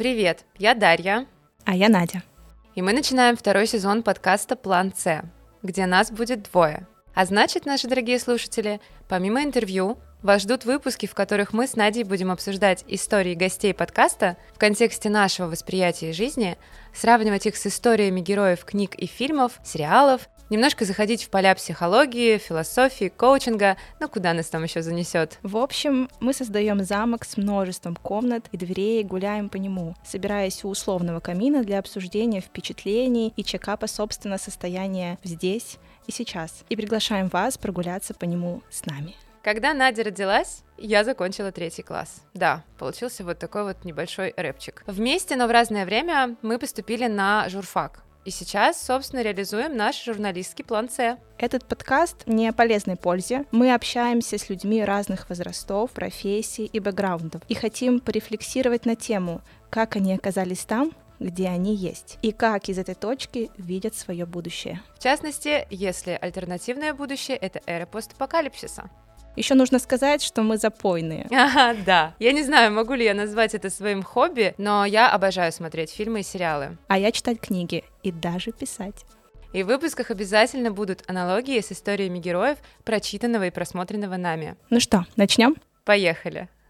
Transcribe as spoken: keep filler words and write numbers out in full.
Привет, я Дарья. А я Надя. И мы начинаем второй сезон подкаста «План С», где нас будет двое. А значит, наши дорогие слушатели, помимо интервью, вас ждут выпуски, в которых мы с Надей будем обсуждать истории гостей подкаста в контексте нашего восприятия жизни, сравнивать их с историями героев книг и фильмов, сериалов, немножко заходить в поля психологии, философии, коучинга, ну куда нас там еще занесет. В общем, мы создаем замок с множеством комнат и дверей, гуляем по нему, собираясь у условного камина для обсуждения впечатлений и чекапа собственного состояния здесь и сейчас. И приглашаем вас прогуляться по нему с нами. Когда Надя родилась, я закончила третий класс. Да, получился вот такой вот небольшой рэпчик. Вместе, но в разное время мы поступили на журфак. И сейчас, собственно, реализуем наш журналистский план С. Этот подкаст не о полезной пользе. Мы общаемся с людьми разных возрастов, профессий и бэкграундов. И хотим порефлексировать на тему, как они оказались там, где они есть, и как из этой точки видят свое будущее. В частности, если альтернативное будущее — это эра постапокалипсиса. Еще нужно сказать, что мы запойные. Ага, да. Я не знаю, могу ли я назвать это своим хобби, но я обожаю смотреть фильмы и сериалы. А я читать книги и даже писать. И в выпусках обязательно будут аналогии с историями героев, прочитанного и просмотренного нами. Ну что, начнем? Поехали!